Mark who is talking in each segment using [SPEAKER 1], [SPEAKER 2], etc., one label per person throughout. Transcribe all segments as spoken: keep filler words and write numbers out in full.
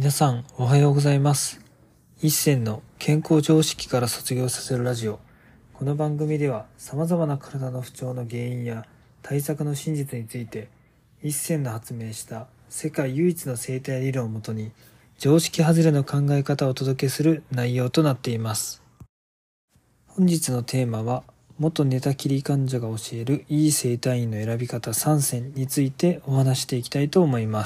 [SPEAKER 1] 皆さんおはようございます。一銭の健康常識から卒業させるラジオ。この番組では様々な体の不調の原因や対策の真実について、一銭の発明した世界唯一の生態理論をもとに常識外れの考え方をお届けする内容となっています。本日のテーマは、元寝たきり患者が教えるいい整体院の選び方さん選についてお話していきたいと思います。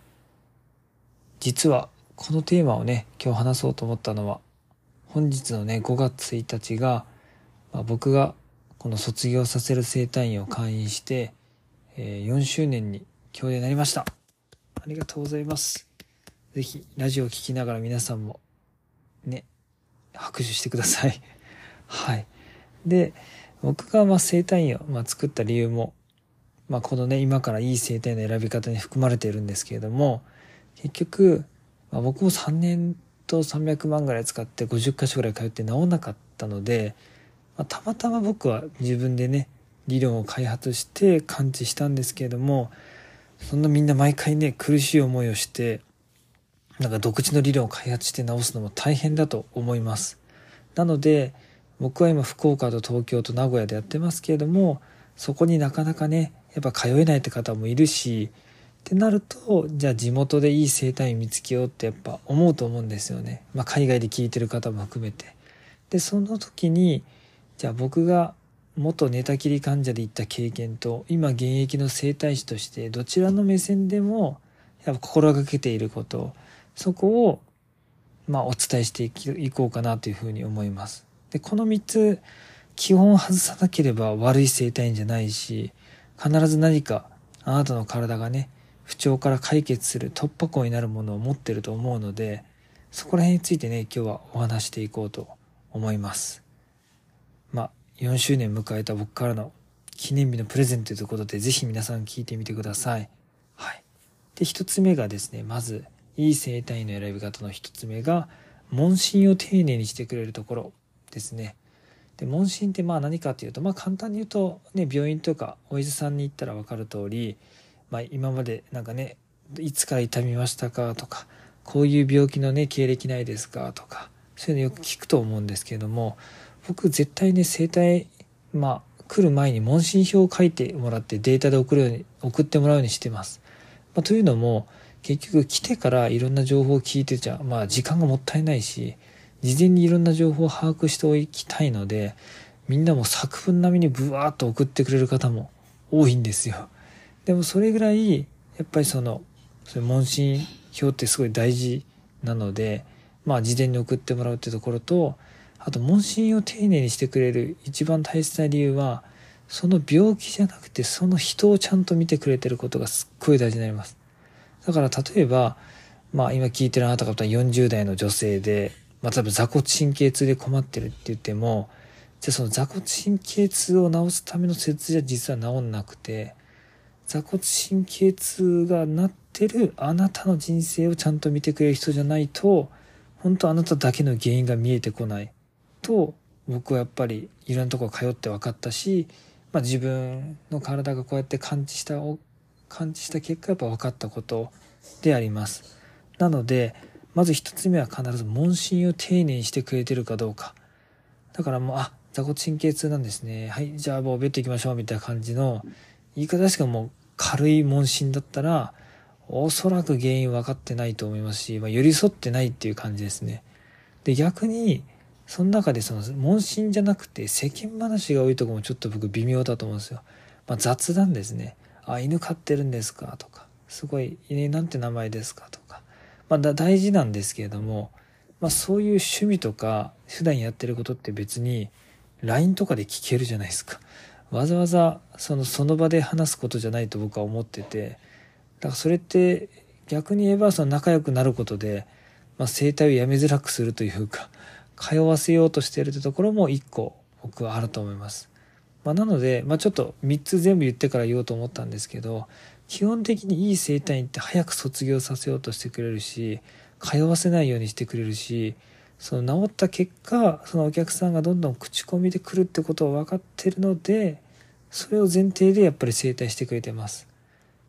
[SPEAKER 1] 実はこのテーマをね、今日話そうと思ったのは、本日のねごがつついたちが、まあ、僕がこの卒業させる整体院を開院して、えー、よんしゅうねんに今日でなりました。ありがとうございます。ぜひラジオを聞きながら皆さんもね、拍手してください。はい。で、僕がまあ整体院をまあ作った理由も、まあ、このね今からいい整体院の選び方に含まれているんですけれども、結局、まあ、僕もさんねんとさんびゃくまんぐらい使ってごじゅっかしょぐらい通って治んなかったので、まあ、たまたま僕は自分でね理論を開発して完治したんですけれども、そんなみんな毎回ね苦しい思いをしてなんか独自の理論を開発して治すのも大変だと思います。なので僕は今福岡と東京と名古屋でやってますけれども、そこになかなかねやっぱ通えないって方もいるしってなると、じゃあ地元でいい整体院見つけようってやっぱ思うと思うんですよね。まあ海外で聞いてる方も含めて。でその時にじゃあ僕が元寝たきり患者で行った経験と今現役の整体師としてどちらの目線でもやっぱ心がけていること、そこをまあお伝えしていきいこうかなというふうに思います。でこのみっつ基本外さなければ悪い整体院じゃないし、必ず何かあなたの体がね不調から解決する突破口になるものを持っていると思うので、そこら辺についてね今日はお話していこうと思います。まあよんしゅうねん迎えた僕からの記念日のプレゼントということで、ぜひ皆さん聞いてみてください。はい。で一つ目がですね、まずいい整体院の選び方の一つ目が問診を丁寧にしてくれるところですね。で問診ってまあ何かというと、まあ簡単に言うとね、病院とかお医者さんに行ったら分かる通り、まあ今までなんかね、いつから痛みましたかとか、こういう病気のね経歴ないですかとか、そういうのよく聞くと思うんですけれども、僕絶対ね整体まあ来る前に問診票を書いてもらってデータで送るように送ってもらうようにしてます。まあ、というのも結局来てからいろんな情報を聞いてちゃまあ時間がもったいないし、事前にいろんな情報を把握しておきたいので、みんなも作文並みにブワーッと送ってくれる方も多いんですよ。でもそれぐらいやっぱりそのそれ問診票ってすごい大事なので、まあ事前に送ってもらうってところと、あと問診を丁寧にしてくれる一番大切な理由は、その病気じゃなくてその人をちゃんと見てくれてることがすっごい大事になります。だから例えばまあ今聞いてるあなた方はよんじゅう代の女性で、まあ例えば坐骨神経痛で困ってるって言っても、じゃあその座骨神経痛を治すための施術じゃ実は治んなくて、座骨神経痛がなってるあなたの人生をちゃんと見てくれる人じゃないと、本当あなただけの原因が見えてこないと、僕はやっぱりいろんなところ通って分かったし、まあ、自分の体がこうやって感知した感知した結果やっぱ分かったことであります。なのでまず一つ目は必ず問診を丁寧にしてくれてるかどうか。だからもうあ座骨神経痛なんですね、はいじゃあもうベッド行きましょうみたいな感じの言い方ですけども、軽い問診だったらおそらく原因分かってないと思いますし、まあ、寄り添ってないっていう感じですね。で逆にその中でその問診じゃなくて世間話が多いところもちょっと僕微妙だと思うんですよ。まあ、雑談ですね。あ犬飼ってるんですかとか、すごい犬なんて名前ですかとか、まあ、だ大事なんですけれども、まあ、そういう趣味とか普段やってることって別に ライン とかで聞けるじゃないですか。わざわざそのその場で話すことじゃないと僕は思ってて、だからそれって逆に言えばその仲良くなることで、まあ、整体をやめづらくするというか、通わせようとしているというところも一個僕はあると思います。まあ、なので、まあ、ちょっとみっつ全部言ってから言おうと思ったんですけど、基本的にいい整体院って早く卒業させようとしてくれるし、通わせないようにしてくれるし、その治った結果そのお客さんがどんどん口コミで来るってことを分かっているので、それを前提でやっぱり整体してくれてます。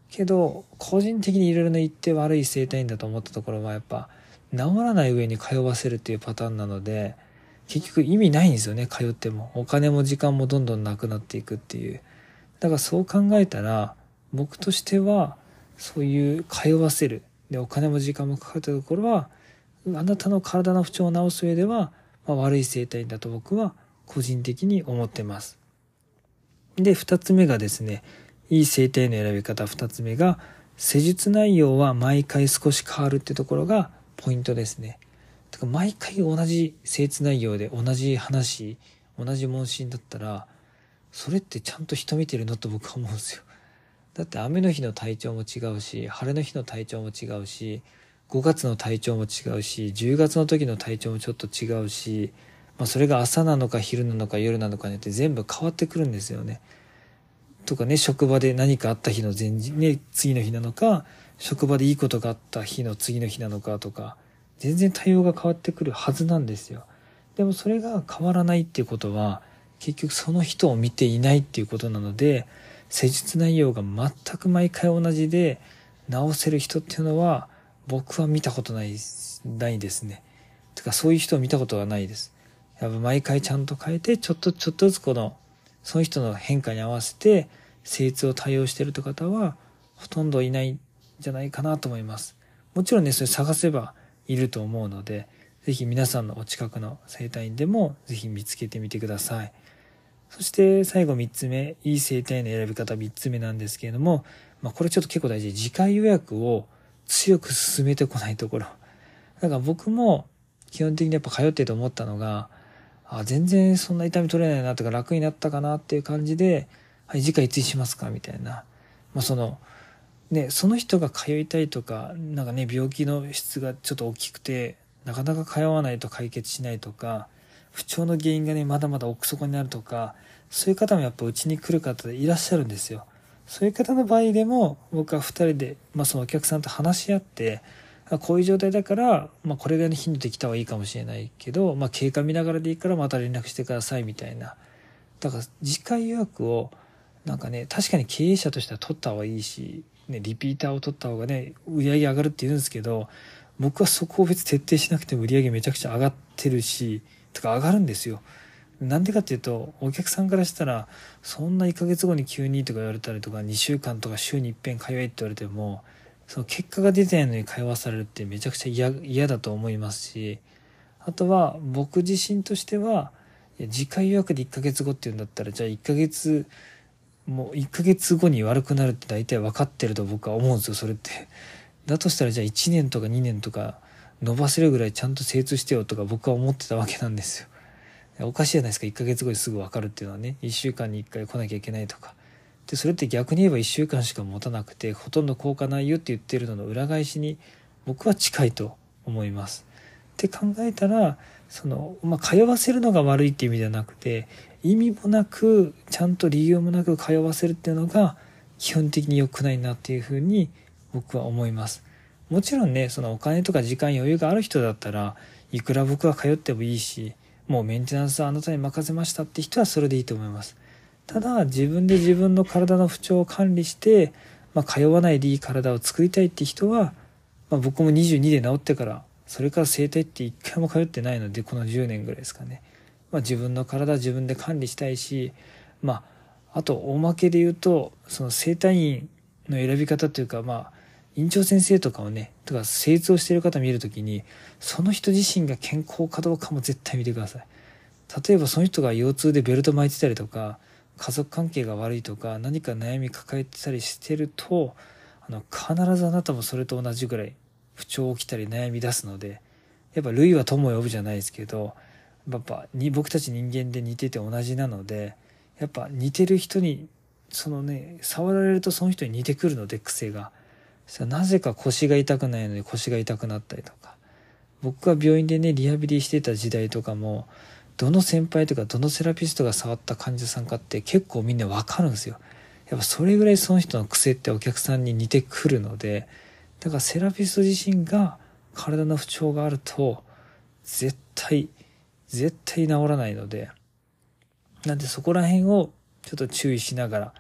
[SPEAKER 1] けど個人的にいろいろな言って悪い整体院だと思ったところはやっぱ治らない上に通わせるっていうパターンなので、結局意味ないんですよね。通ってもお金も時間もどんどんなくなっていくっていう。だからそう考えたら僕としてはそういう通わせるでお金も時間もかかったところはあなたの体の不調を治す上では、まあ、悪い整体院だと僕は個人的に思ってます。でふたつめがですね、いい整体院の選び方。ふたつめが施術内容は毎回少し変わるってところがポイントですね。だから毎回同じ施術内容で同じ話同じ問診だったらそれってちゃんと人見てるのと僕は思うんですよ。だって雨の日の体調も違うし晴れの日の体調も違うしごがつの体調も違うしじゅうがつの時の体調もちょっと違うし、まあ、それが朝なのか昼なのか夜なのかによって全部変わってくるんですよね。とかね、職場で何かあった日の前日、ね、次の日なのか職場でいいことがあった日の次の日なのかとか全然対応が変わってくるはずなんですよ。でもそれが変わらないっていうことは結局その人を見ていないっていうことなので、施術内容が全く毎回同じで治せる人っていうのは僕は見たことないないですね。てかそういう人を見たことがないです。やっぱ毎回ちゃんと変えてちょっとちょっとずつこのその人の変化に合わせて施術を対応しているという方はほとんどいないんじゃないかなと思います。もちろんねそれ探せばいると思うので、ぜひ皆さんのお近くの整体院でもぜひ見つけてみてください。そして最後みっつめ、いい整体院の選び方みっつめなんですけれども、まあ、これちょっと結構大事で次回予約を強く進めてこないところ。だから僕も基本的にやっぱ通ってと思ったのが、あ全然そんな痛み取れないなとか楽になったかなっていう感じで、はい、次回いつにしますかみたいな。まあそのね、その人が通いたいとか、なんかね病気の質がちょっと大きくてなかなか通わないと解決しないとか、不調の原因がねまだまだ奥底になるとか、そういう方もやっぱうちに来る方でいらっしゃるんですよ。そういう方の場合でも僕はふたりで、まあ、そのお客さんと話し合って、こういう状態だから、まあ、これぐらいの頻度で来た方がいいかもしれないけど、まあ、経過見ながらでいいからまた連絡してくださいみたいな。だから次回予約をなんかね、確かに経営者としては取った方がいいし、ね、リピーターを取った方がね売り上げ上がるって言うんですけど、僕はそこを別に徹底しなくても売り上げめちゃくちゃ上がってるし、とか上がるんですよ。なんでかっていうと、お客さんからしたらそんないっかげつごに急にとか言われたりとかにしゅうかんとか週に一遍通えって言われても、その結果が出てないのに通わされるってめちゃくちゃ 嫌, 嫌だと思いますし、あとは僕自身としては、いや次回予約でいっかげつごっていうんだったら、じゃあいっかげつもういっかげつごに悪くなるって大体分かってると僕は思うんですよ。それってだとしたらじゃあいちねんとかにねんとか伸ばせるぐらいちゃんと精通してよとか僕は思ってたわけなんですよ。おかしいじゃないですか。いっかげつごにすぐ分かるっていうのはね、いっしゅうかんにいっかい来なきゃいけないとかで、それって逆に言えばいっしゅうかんしか持たなくてほとんど効果ないよって言ってるのの裏返しに僕は近いと思います。って考えたら、その、まあ、通わせるのが悪いっていう意味ではなくて、意味もなくちゃんと理由もなく通わせるっていうのが基本的に良くないなっていうふうに僕は思います。もちろんね、そのお金とか時間余裕がある人だったらいくら僕は通ってもいいし、もうメンテナンスはあなたに任せましたって人はそれでいいと思います。ただ自分で自分の体の不調を管理して、まあ、通わないでいい体を作りたいって人は、まあ、僕もにじゅうにで治ってからそれから整体って一回も通ってないので、このじゅうねんぐらいですかね、まあ、自分の体自分で管理したいし、まあ、あとおまけで言うとその整体院の選び方というか、まあ院長先生とかをねとか施術をしている方見るときに、その人自身が健康かどうかも絶対見てください。例えばその人が腰痛でベルト巻いてたりとか、家族関係が悪いとか何か悩み抱えてたりしてると、あの必ずあなたもそれと同じぐらい不調起きたり悩み出すので、やっぱ類は友を呼ぶじゃないですけど、やっぱに僕たち人間で似てて同じなので、やっぱ似てる人にそのね触られるとその人に似てくるので、癖がなぜか腰が痛くないのに腰が痛くなったりとか、僕が病院でねリハビリしてた時代とかも、どの先輩とかどのセラピストが触った患者さんかって結構みんな分かるんですよ。やっぱそれぐらいその人の癖ってお客さんに似てくるので、だからセラピスト自身が体の不調があると絶対絶対治らないので、なんでそこら辺をちょっと注意しながら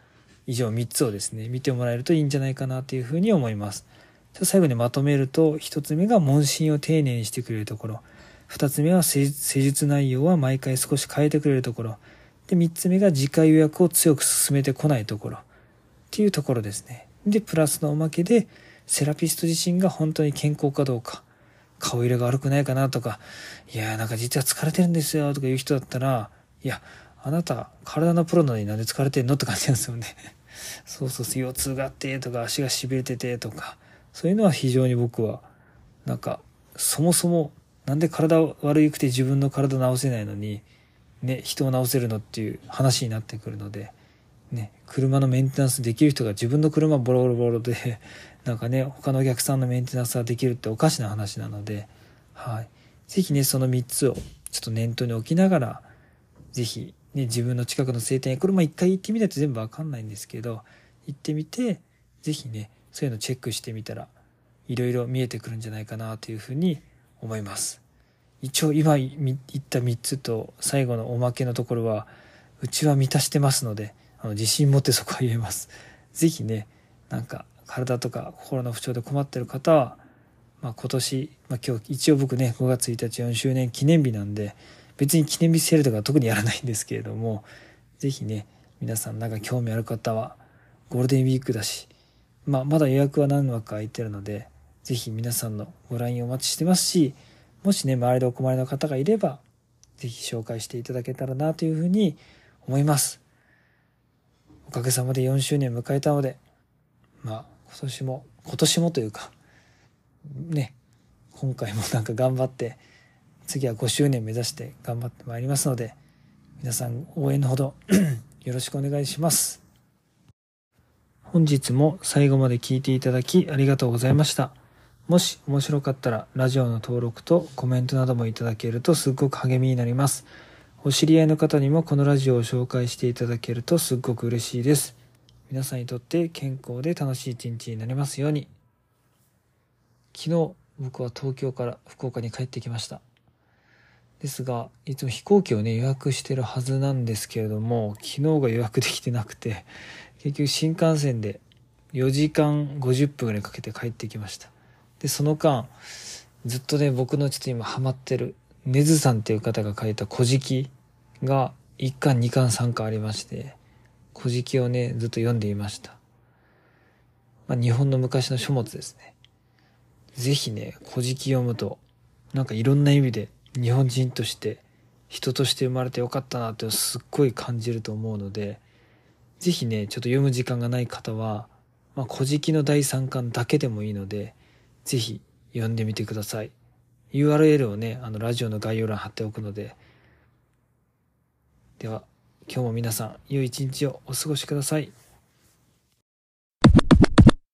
[SPEAKER 1] 以上みっつをですね見てもらえるといいんじゃないかなというふうに思います。最後にまとめると、ひとつめが問診を丁寧にしてくれるところ、ふたつめは施術内容は毎回少し変えてくれるところで、みっつめが次回予約を強く進めてこないところっていうところですね。でプラスのおまけでセラピスト自身が本当に健康かどうか、顔色が悪くないかなとか、いやなんか実は疲れてるんですよとかいう人だったら、いやあなた体のプロなのになんで疲れてんのって感じなんですよね。そうそう、腰痛があってとか足がしびれててとか、そういうのは非常に僕はなんか、そもそもなんで体悪くて自分の体治せないのにね、人を治せるのっていう話になってくるのでね、車のメンテナンスできる人が自分の車ボロボロボロでなんかね、他のお客さんのメンテナンスができるっておかしな話なので、はい、ぜひねそのみっつをちょっと念頭に置きながら、ぜひね自分の近くの整体院、これも一回行ってみないと全部わかんないんですけど、行ってみてぜひねそういうのチェックしてみたらいろいろ見えてくるんじゃないかなというふうに思います。一応今言ったみっつと最後のおまけのところはうちは満たしてますので、あの自信持ってそこは言えます。ぜひね、なんか体とか心の不調で困ってる方は、まあ、今年、まあ、今日一応僕ねごがつついたちよんしゅうねん記念日なんで、別に記念日セールとか特にやらないんですけれども、ぜひね皆さんなんか興味ある方はゴールデンウィークだし、まあ、まだ予約は何枠か空いてるので、ぜひ皆さんのご ライン お待ちしてますし、もしね周りでお困りの方がいればぜひ紹介していただけたらなというふうに思います。おかげさまでよんしゅうねん迎えたので、まあ今年も今年もというかね、今回もなんか頑張って、次はごしゅうねん目指して頑張ってまいりますので、皆さん応援のほどよろしくお願いします。本日も最後まで聞いていただきありがとうございました。もし面白かったらラジオの登録とコメントなどもいただけるとすっごく励みになります。お知り合いの方にもこのラジオを紹介していただけるとすっごく嬉しいです。皆さんにとって健康で楽しい一日になりますように。昨日僕は東京から福岡に帰ってきました。ですがいつも飛行機をね予約してるはずなんですけれども、昨日が予約できてなくて、結局新幹線でよじかんごじゅっぷんぐらいかけて帰ってきました。でその間ずっとね僕のちょっと今ハマってるねずさんっていう方が書いた古事記がいっかんにかんさんかんありまして、古事記をねずっと読んでいました。まあ、日本の昔の書物ですね。ぜひね古事記読むとなんかいろんな意味で日本人として人として生まれてよかったなってすっごい感じると思うので、ぜひねちょっと読む時間がない方は、まあ、古事記のだいさんかんだけでもいいのでぜひ読んでみてください。 ユーアールエル をねあのラジオの概要欄貼っておくので。では今日も皆さん良い一日をお過ごしください。